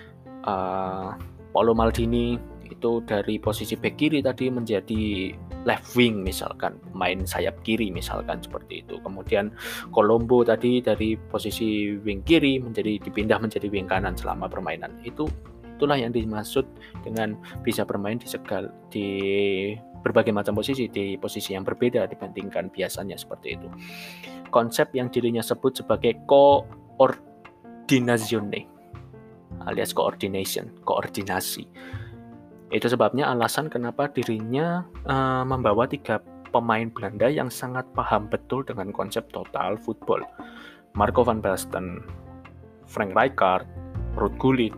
Paolo Maldini itu dari posisi back kiri tadi menjadi left wing, misalkan pemain sayap kiri misalkan seperti itu. Kemudian Colombo tadi dari posisi wing kiri dipindah menjadi wing kanan selama permainan. Itulah yang dimaksud dengan bisa bermain di berbagai macam posisi, di posisi yang berbeda dibandingkan biasanya seperti itu. Konsep yang dirinya sebut sebagai coordinazione alias koordinasi. Itu sebabnya alasan kenapa dirinya membawa 3 pemain Belanda yang sangat paham betul dengan konsep total football. Marco van Basten, Frank Rijkaard, Ruud Gullit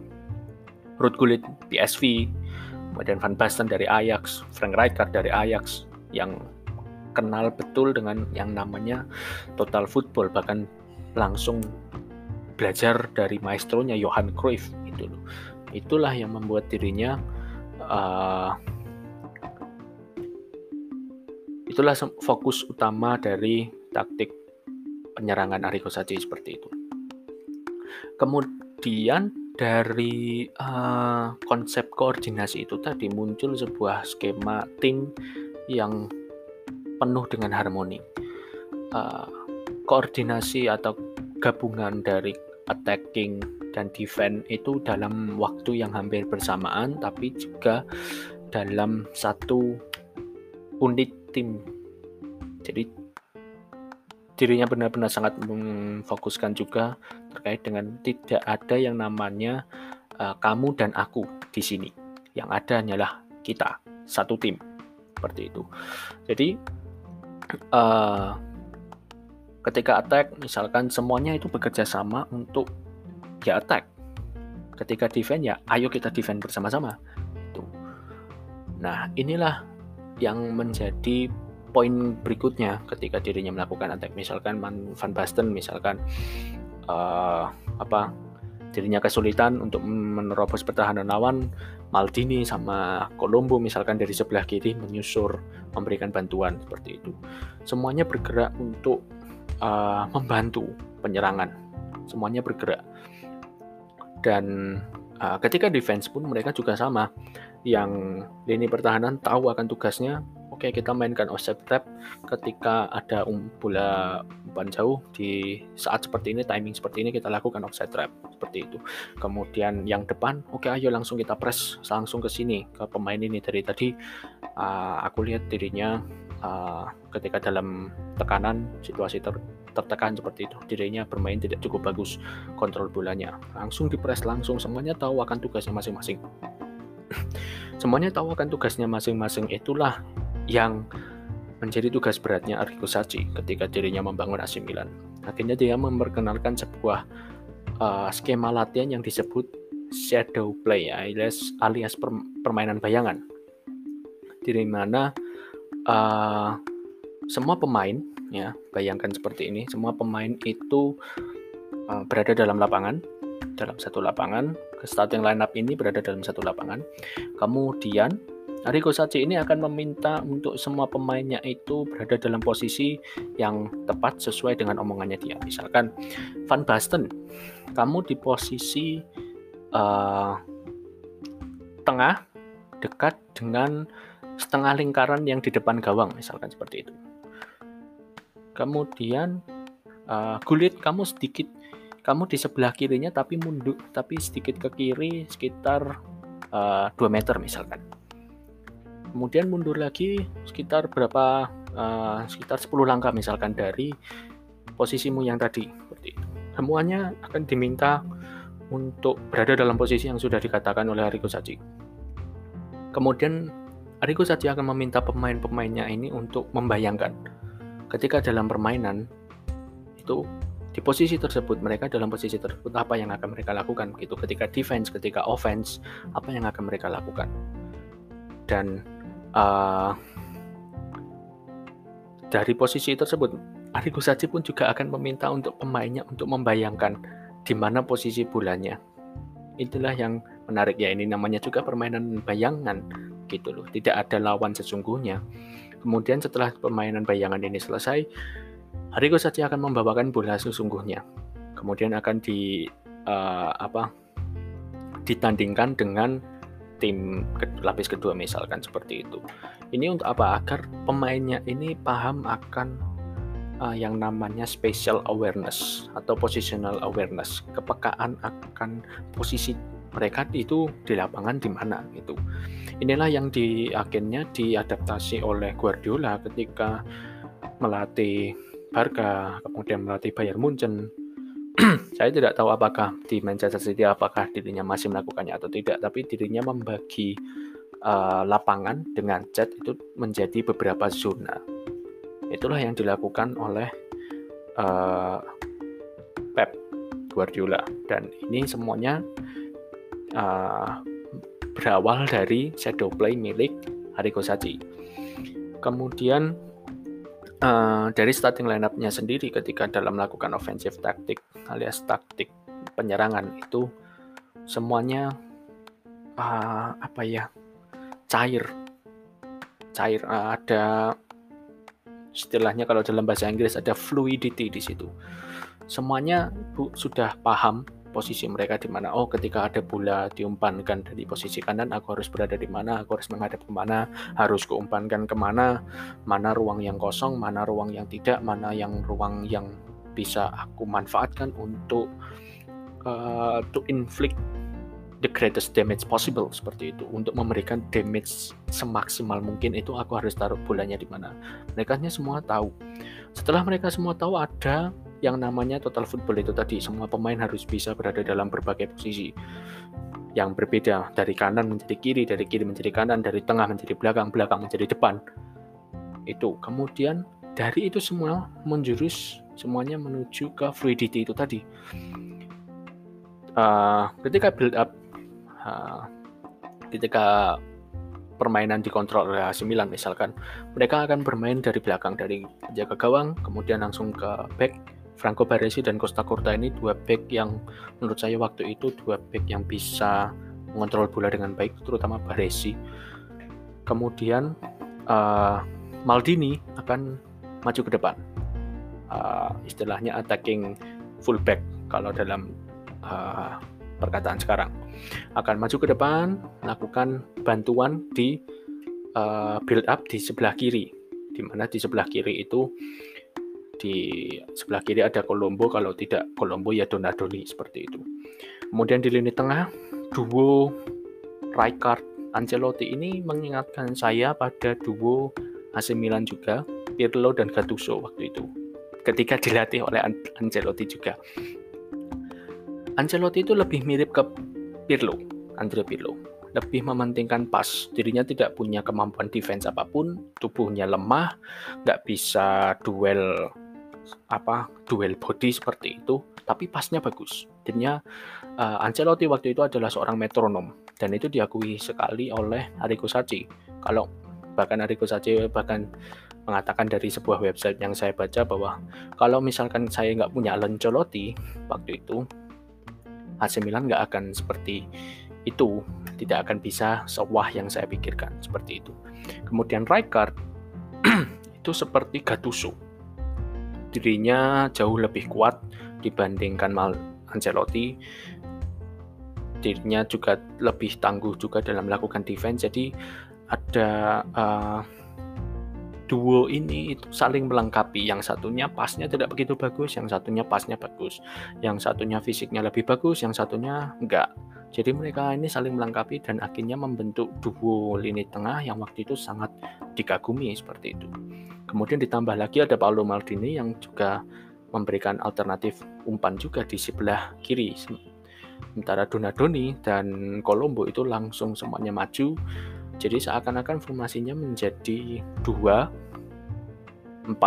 PSV, kemudian Van Basten dari Ajax, Frank Rijkaard dari Ajax, yang kenal betul dengan yang namanya total football, bahkan langsung belajar dari maestronya Johan Cruyff itu. Itulah yang membuat dirinya itulah fokus utama dari taktik penyerangan Arrigo Sacchi seperti itu. Kemudian dari konsep koordinasi itu tadi muncul sebuah skema tim yang penuh dengan harmoni. Koordinasi atau gabungan dari attacking dan defense itu dalam waktu yang hampir bersamaan, tapi juga dalam satu unit tim. Jadi dirinya benar-benar sangat memfokuskan juga terkait dengan tidak ada yang namanya kamu dan aku di sini. Yang ada hanyalah kita, satu tim, seperti itu. Jadi ketika attack, misalkan semuanya itu bekerja sama untuk ya attack. Ketika defend, ya ayo kita defend bersama-sama. Nah, inilah yang menjadi poin berikutnya ketika dirinya melakukan attack. Misalkan Van Basten, misalkan dirinya kesulitan untuk menerobos pertahanan lawan, Maldini sama Colombo misalkan dari sebelah kiri menyusur, memberikan bantuan, seperti itu. Semuanya bergerak untuk membantu penyerangan. Semuanya bergerak. Dan ketika defense pun mereka juga sama. Yang lini pertahanan tahu akan tugasnya. Oke, kita mainkan offside trap ketika ada bola umpan jauh di saat seperti ini, timing seperti ini kita lakukan offside trap, seperti itu. Kemudian yang depan, oke ayo langsung kita press langsung ke sini, ke pemain ini. Dari tadi aku lihat dirinya ketika dalam tekanan, situasi tertekan seperti itu, dirinya bermain tidak cukup bagus, kontrol bolanya langsung dipres langsung. Semuanya tahu akan tugasnya masing-masing. Semuanya tahu akan tugasnya masing-masing. Itulah yang menjadi tugas beratnya Arrigo Sacchi ketika dirinya membangun AC Milan. Akhirnya dia memperkenalkan sebuah skema latihan yang disebut shadow play, alias permainan bayangan, di mana semua pemain, ya bayangkan seperti ini, semua pemain itu berada dalam satu lapangan. Starting lineup ini berada dalam satu lapangan. Kemudian Arrigo Sacchi ini akan meminta untuk semua pemainnya itu berada dalam posisi yang tepat sesuai dengan omongannya dia. Misalkan Van Basten, kamu di posisi tengah dekat dengan setengah lingkaran yang di depan gawang, misalkan seperti itu. Kemudian Gullit, kamu di sebelah kirinya tapi mundur, tapi sedikit ke kiri sekitar 2 meter misalkan. Kemudian mundur lagi sekitar sekitar 10 langkah misalkan dari posisimu yang tadi, seperti itu. Semuanya akan diminta untuk berada dalam posisi yang sudah dikatakan oleh Arrigo Sacchi. Kemudian Arrigo Sacchi akan meminta pemain-pemainnya ini untuk membayangkan ketika dalam permainan itu di posisi tersebut, mereka dalam posisi tersebut apa yang akan mereka lakukan gitu. Ketika defense, ketika offense, apa yang akan mereka lakukan. Dan dari posisi tersebut, Arrigo Sacchi pun juga akan meminta untuk pemainnya untuk membayangkan di mana posisi bolanya. Itulah yang menarik ya, ini namanya juga permainan bayangan gitu loh. Tidak ada lawan sesungguhnya. Kemudian setelah permainan bayangan ini selesai, Arrigo Sacchi akan membawakan bola sesungguhnya. Kemudian akan ditandingkan dengan tim lapis kedua misalkan seperti itu. Ini untuk apa? Agar pemainnya ini paham akan yang namanya spatial awareness atau positional awareness, kepekaan akan posisi mereka itu di lapangan di mana gitu. Inilah yang akhirnya diadaptasi oleh Guardiola ketika melatih Barca, kemudian melatih Bayern Munchen. Saya tidak tahu apakah di Manchester City apakah dirinya masih melakukannya atau tidak, tapi dirinya membagi lapangan dengan cat itu menjadi beberapa zona. Itulah yang dilakukan oleh Pep Guardiola, dan ini semuanya berawal dari shadow play milik Arrigo Sacchi. Kemudian dari starting lineup-nya sendiri ketika dalam melakukan offensive tactic alias taktik penyerangan itu semuanya cair, ada istilahnya kalau dalam bahasa Inggris ada fluidity di situ. Semuanya sudah paham posisi mereka di mana. Oh, ketika ada bola diumpankan dari posisi kanan, aku harus berada di mana, aku harus menghadap kemana, harus keumpankan kemana, mana ruang yang kosong, mana ruang yang tidak, mana yang ruang yang bisa aku manfaatkan untuk to inflict the greatest damage possible seperti itu. Untuk memberikan damage semaksimal mungkin itu aku harus taruh bolanya di mana. Mereka semua tahu. Setelah mereka semua tahu ada yang namanya total football itu tadi, semua pemain harus bisa berada dalam berbagai posisi yang berbeda, dari kanan menjadi kiri, dari kiri menjadi kanan, dari tengah menjadi belakang, belakang menjadi depan. Itu kemudian dari itu semua menjurus semuanya menuju ke fluidity itu tadi. Ketika build up, ketika permainan dikontrol oleh AC Milan misalkan, mereka akan bermain dari belakang, dari penjaga gawang, kemudian langsung ke back. Franco Baresi dan Costa Curta ini dua back yang menurut saya waktu itu dua back yang bisa mengontrol bola dengan baik, terutama Baresi. Kemudian Maldini akan maju ke depan, istilahnya attacking fullback kalau dalam perkataan sekarang, akan maju ke depan, melakukan bantuan di build up di sebelah kiri, di mana di sebelah kiri itu di sebelah kiri ada Colombo, kalau tidak Colombo ya Donadoni seperti itu. Kemudian di lini tengah duo Rijkaard Ancelotti ini mengingatkan saya pada duo AC Milan juga, Pirlo dan Gattuso waktu itu ketika dilatih oleh Ancelotti juga. Ancelotti itu lebih mirip ke Andrea Pirlo, lebih mementingkan pas. Dirinya tidak punya kemampuan defense apapun, tubuhnya lemah, nggak bisa duel body seperti itu, tapi pasnya bagus. Dirinya Ancelotti waktu itu adalah seorang metronom, dan itu diakui sekali oleh Arrigo Sacchi. Bahkan Arrigo Sacchi mengatakan dari sebuah website yang saya baca bahwa kalau misalkan saya nggak punya Ancelotti waktu itu, AC Milan nggak akan seperti itu, tidak akan bisa sewah yang saya pikirkan seperti itu. Kemudian Rijkaard itu seperti Gattuso, dirinya jauh lebih kuat dibandingkan Ancelotti, dirinya juga lebih tangguh juga dalam melakukan defense. Jadi ada duo ini itu saling melengkapi. Yang satunya pasnya tidak begitu bagus, yang satunya pasnya bagus, yang satunya fisiknya lebih bagus, yang satunya enggak. Jadi mereka ini saling melengkapi dan akhirnya membentuk duo lini tengah yang waktu itu sangat dikagumi seperti itu. Kemudian ditambah lagi ada Paolo Maldini yang juga memberikan alternatif umpan juga di sebelah kiri. Sementara Donadoni dan Colombo itu langsung semuanya maju. Jadi seakan-akan formasinya menjadi 3-4.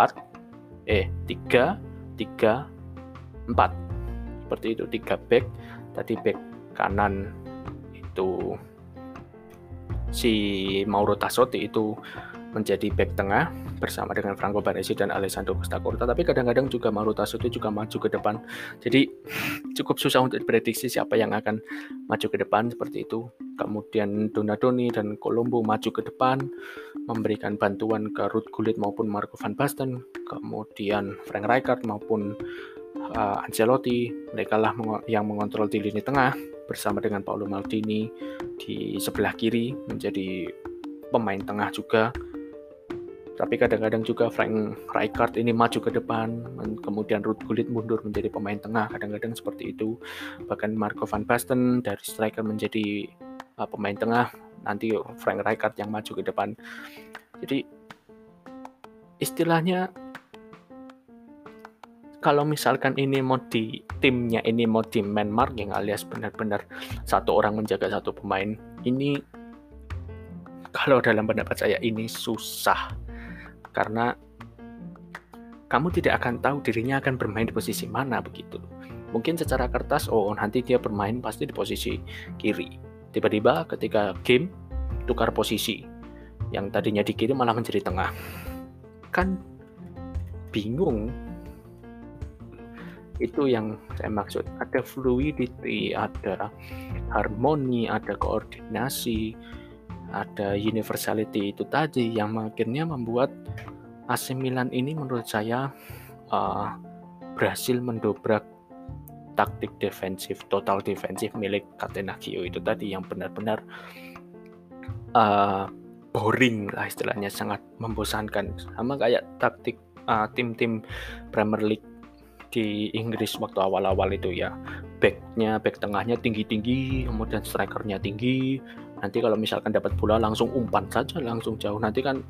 Seperti itu, 3 back. Tadi back kanan itu si Mauro Tassotti itu menjadi back tengah bersama dengan Franco Baresi dan Alessandro Costa Curta, tapi kadang-kadang juga Mauro Tassotti juga maju ke depan. Jadi cukup susah untuk diprediksi siapa yang akan maju ke depan seperti itu. Kemudian Donadoni dan Colombo maju ke depan memberikan bantuan ke Ruud Gullit maupun Marco van Basten. Kemudian Frank Rijkaard maupun Ancelotti, mereka lah yang mengontrol di lini tengah bersama dengan Paolo Maldini di sebelah kiri menjadi pemain tengah juga. Tapi kadang-kadang juga Frank Rijkaard ini maju ke depan, kemudian Ruud Gullit mundur menjadi pemain tengah, kadang-kadang seperti itu. Bahkan Marco van Basten dari striker menjadi pemain tengah, nanti Frank Rijkaard yang maju ke depan. Jadi istilahnya kalau misalkan ini mau di timnya ini mau di man marking alias benar-benar satu orang menjaga satu pemain, ini kalau dalam pendapat saya ini susah, karena kamu tidak akan tahu dirinya akan bermain di posisi mana begitu. Mungkin secara kertas, nanti dia bermain pasti di posisi kiri. Tiba-tiba ketika game tukar posisi, yang tadinya di kiri malah menjadi tengah. Kan bingung. Itu yang saya maksud. Ada fluidity, ada harmoni, ada koordinasi, ada universality itu tadi yang akhirnya membuat AC Milan ini menurut saya berhasil mendobrak taktik defensif, total defensif milik Catenaccio itu tadi yang benar-benar boring lah istilahnya, sangat membosankan. Sama kayak taktik tim-tim Premier League di Inggris waktu awal-awal itu ya. Back tengahnya tinggi-tinggi, kemudian strikernya tinggi. Nanti kalau misalkan dapat bola langsung umpan saja, langsung jauh. Nanti kan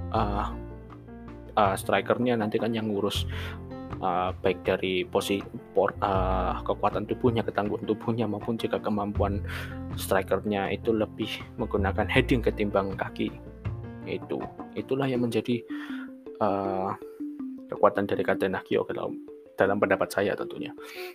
strikernya nanti kan yang ngurus baik dari kekuatan tubuhnya, ketangguhan tubuhnya, maupun juga kemampuan strikernya itu lebih menggunakan heading ketimbang kaki. Itulah yang menjadi kekuatan dari Catenaccio dalam pendapat saya tentunya.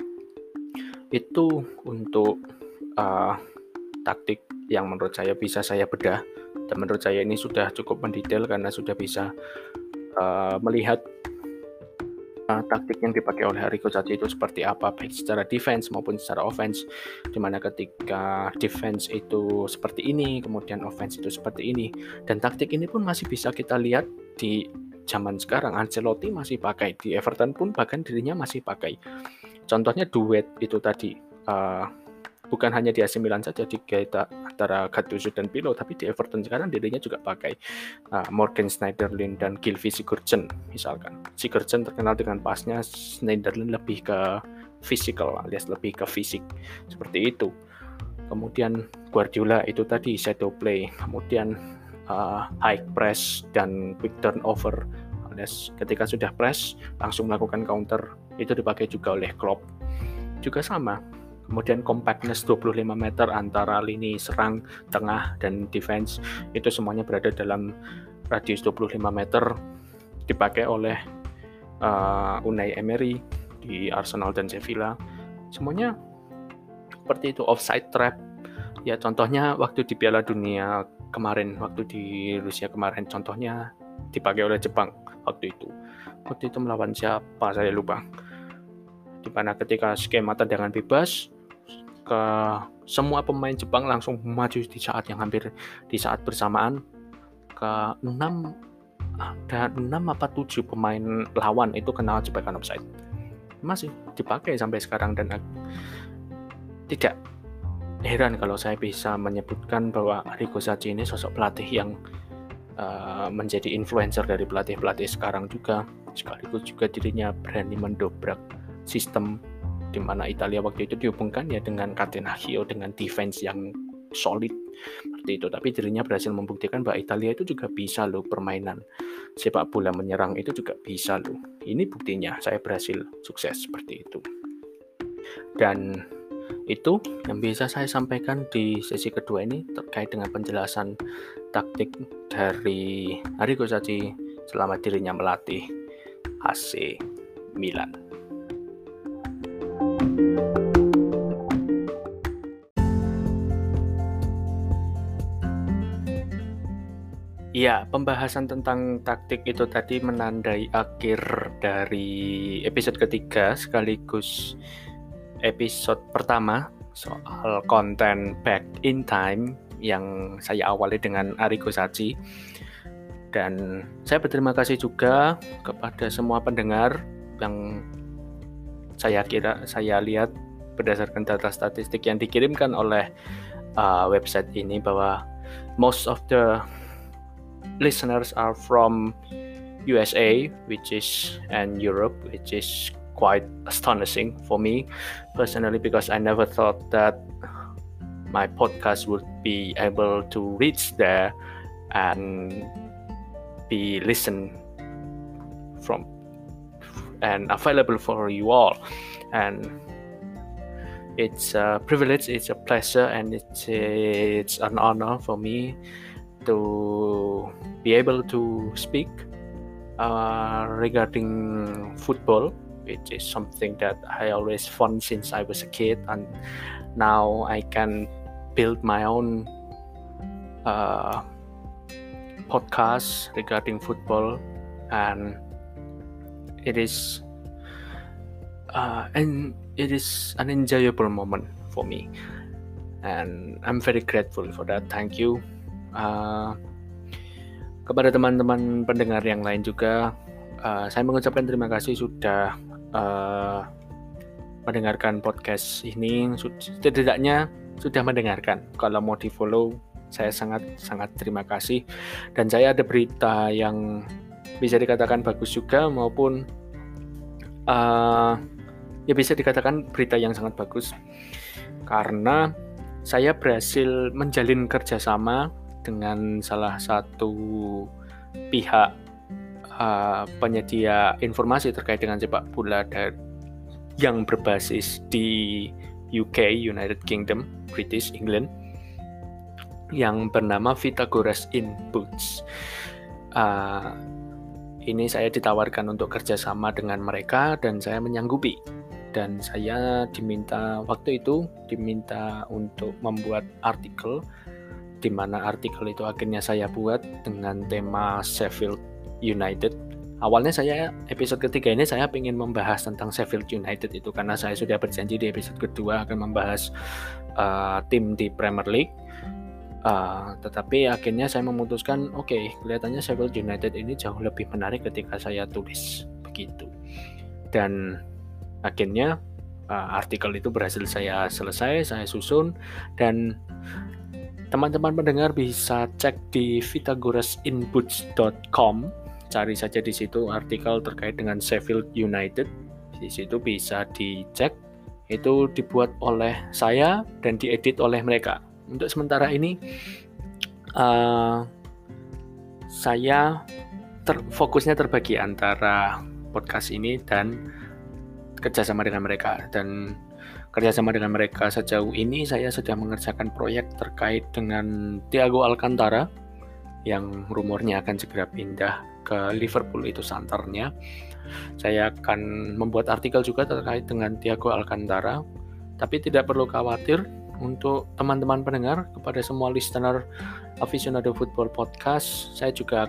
Itu untuk taktik yang menurut saya bisa saya bedah, dan menurut saya ini sudah cukup mendetail karena sudah bisa melihat taktik yang dipakai oleh Arrigo Sacchi itu seperti apa, baik secara defense maupun secara offense, dimana ketika defense itu seperti ini, kemudian offense itu seperti ini. Dan taktik ini pun masih bisa kita lihat di zaman sekarang. Ancelotti masih pakai, di Everton pun bahkan dirinya masih pakai. Contohnya duet itu tadi, bukan hanya di AC Milan saja, di Gaeta antara Gattuso dan Pirlo, tapi di Everton sekarang dirinya juga pakai Morgan Schneiderlin dan Gylfi Sigurdsson misalkan. Sigurdsson terkenal dengan pasnya, Schneiderlin lebih ke physical alias lebih ke fisik, seperti itu. Kemudian Guardiola itu tadi shadow play, kemudian high press dan quick turnover alias ketika sudah press langsung melakukan counter, itu dipakai juga oleh Klopp. Juga sama. Kemudian compactness 25 meter antara lini serang, tengah, dan defense, itu semuanya berada dalam radius 25 meter, dipakai oleh Unai Emery di Arsenal dan Sevilla. Semuanya seperti itu. Offside trap, ya contohnya waktu di Piala Dunia kemarin, waktu di Rusia kemarin, contohnya dipakai oleh Jepang waktu itu melawan siapa saya lupa, di mana ketika skema tendangan bebas, ke semua pemain Jepang langsung maju di saat yang hampir di saat bersamaan, ke 6 apa 7 pemain lawan itu kena jebakan offside. Masih dipakai sampai sekarang, dan tidak heran kalau saya bisa menyebutkan bahwa Arrigo Sacchi ini sosok pelatih yang menjadi influencer dari pelatih-pelatih sekarang juga, sekaligus juga dirinya berani mendobrak sistem di mana Italia waktu itu dihubungkan ya dengan Catenaccio, dengan defense yang solid seperti itu. Tapi dirinya berhasil membuktikan bahwa Italia itu juga bisa loh, permainan sepak bola menyerang itu juga bisa loh. Ini buktinya, saya berhasil sukses seperti itu. Dan itu yang bisa saya sampaikan di sesi kedua ini terkait dengan penjelasan taktik dari Arrigo Sacchi selama dirinya melatih AC Milan. Ya, pembahasan tentang taktik itu tadi menandai akhir dari episode ketiga sekaligus episode pertama soal konten Back in Time yang saya awali dengan Arrigo Sacchi. Dan saya berterima kasih juga kepada semua pendengar yang saya lihat berdasarkan data statistik yang dikirimkan oleh website ini bahwa most of the listeners are from USA, and Europe, which is quite astonishing for me personally, because I never thought that my podcast would be able to reach there and be listened from and available for you all. And it's a privilege, it's a pleasure, and it's an honor for me to be able to speak regarding football, which is something that I always found since I was a kid, and now I can build my own podcast regarding football, and it is an enjoyable moment for me, and I'm very grateful for that. Thank you. Kepada teman-teman pendengar yang lain juga, saya mengucapkan terima kasih sudah mendengarkan podcast ini. Setidaknya sudah mendengarkan. Kalau mau di follow, saya sangat terima kasih. Dan saya ada berita yang bisa dikatakan bagus juga maupun Ya bisa dikatakan berita yang sangat bagus karena saya berhasil menjalin kerjasama dengan salah satu pihak penyedia informasi terkait dengan sepak bola yang berbasis di UK, United Kingdom, British England, yang bernama Pythagoras Inputs. Ini saya ditawarkan untuk kerjasama dengan mereka dan saya menyanggupi. Dan saya waktu itu diminta untuk membuat artikel, di mana artikel itu akhirnya saya buat dengan tema Sheffield United. Awalnya episode ketiga ini saya ingin membahas tentang Sheffield United itu karena saya sudah berjanji di episode kedua akan membahas tim di Premier League. Tetapi akhirnya saya memutuskan, kelihatannya Sheffield United ini jauh lebih menarik ketika saya tulis begitu. Dan akhirnya artikel itu berhasil saya susun, dan teman-teman pendengar bisa cek di pythagorasinputs.com, cari saja di situ artikel terkait dengan Sheffield United. Di situ bisa dicek, itu dibuat oleh saya dan diedit oleh mereka. Untuk sementara ini saya fokusnya terbagi antara podcast ini dan kerjasama dengan mereka. Dan kerjasama dengan mereka sejauh ini saya sudah mengerjakan proyek terkait dengan Thiago Alcantara yang rumornya akan segera pindah ke Liverpool, itu santernya. Saya akan membuat artikel juga terkait dengan Thiago Alcantara, tapi tidak perlu khawatir untuk teman-teman pendengar, kepada semua listener Aficionado Football Podcast, saya juga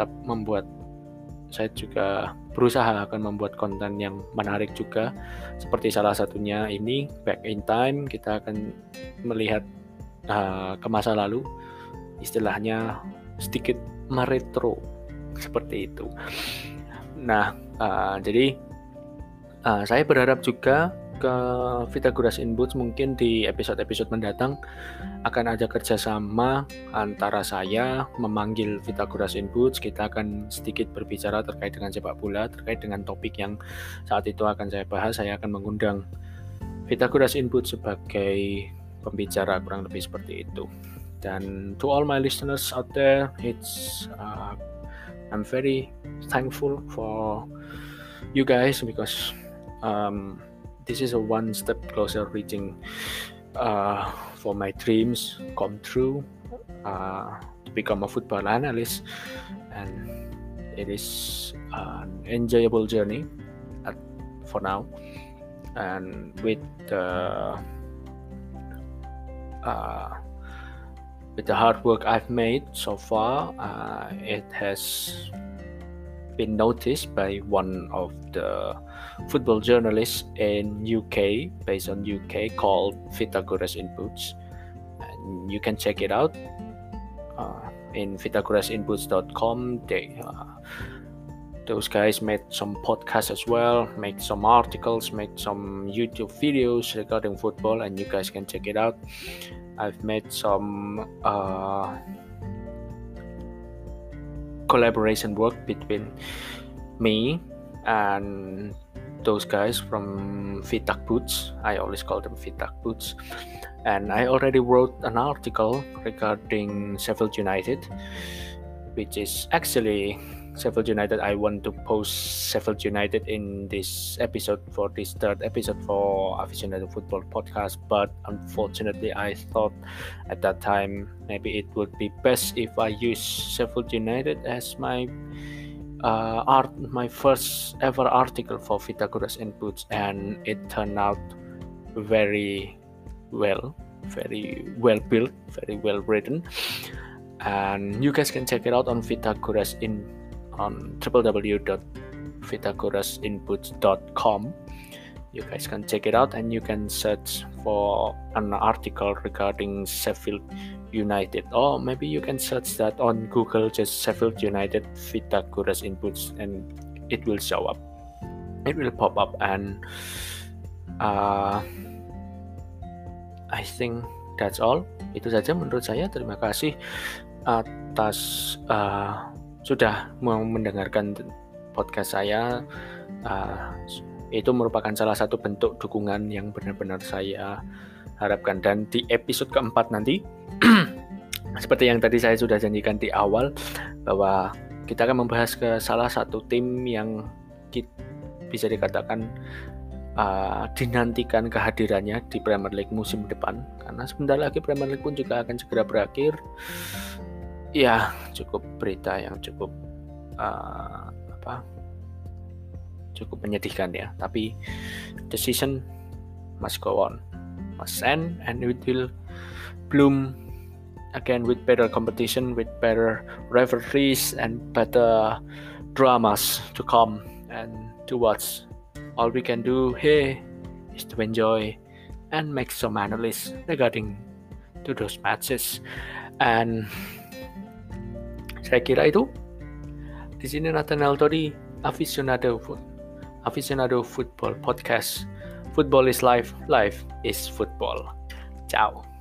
berusaha akan membuat konten yang menarik juga, seperti salah satunya ini Back in Time. Kita akan melihat ke masa lalu, istilahnya sedikit meretro seperti itu. Nah, jadi saya berharap juga ke Pythagoras Inputs mungkin di episode-episode mendatang akan ada kerjasama antara saya memanggil Pythagoras Inputs. Kita akan sedikit berbicara terkait dengan sepak bola, terkait dengan topik yang saat itu akan saya bahas. Saya akan mengundang Pythagoras Inputs sebagai pembicara, kurang lebih seperti itu. Dan to all my listeners out there, I'm very thankful for you guys because this is a one step closer reaching for my dreams come true, to become a football analyst, and it is an enjoyable journey for now. And with the hard work I've made so far, it has been noticed by one of the football journalists in UK, based on UK, called Pythagoras Inputs, and you can check it out in pythagorasinputs.com. Those guys made some podcasts as well, made some articles, made some YouTube videos regarding football, and you guys can check it out. I've made some collaboration work between me and those guys from Pythagboots. I always call them Pythagboots. And I already wrote an article regarding Sheffield United, which is actually Sheffield United. I want to post Sheffield United in this episode, for this third episode for Aficionado Football Podcast, but unfortunately I thought at that time maybe it would be best if I use Sheffield United as my first ever article for Pythagoras Inputs, and it turned out very well built, very well written, and you guys can check it out on on www.pythagorasinputs.com. You guys can check it out and you can search for an article regarding Sheffield United, or maybe you can search that on Google, just Sheffield United Pythagoras Inputs, and it will show up, it will pop up. And I think that's all. Itu saja menurut saya. Terima kasih atas sudah mau mendengarkan podcast saya. Itu merupakan salah satu bentuk dukungan yang benar-benar saya harapkan. Dan di episode keempat nanti seperti yang tadi saya sudah janjikan di awal, bahwa kita akan membahas ke salah satu tim yang bisa dikatakan dinantikan kehadirannya di Premier League musim depan, karena sebentar lagi Premier League pun juga akan segera berakhir. Ya, cukup berita yang cukup cukup menyedihkan ya, tapi the season must go on, must end, and it will bloom again with better competition, with better rivalries and better dramas to come and to watch. All we can do here is to enjoy and make some analysis regarding to those matches. And saya kira itu. Di sini Nathaniel Tori, Aficionado Football Podcast. Football is life, life is football. Ciao.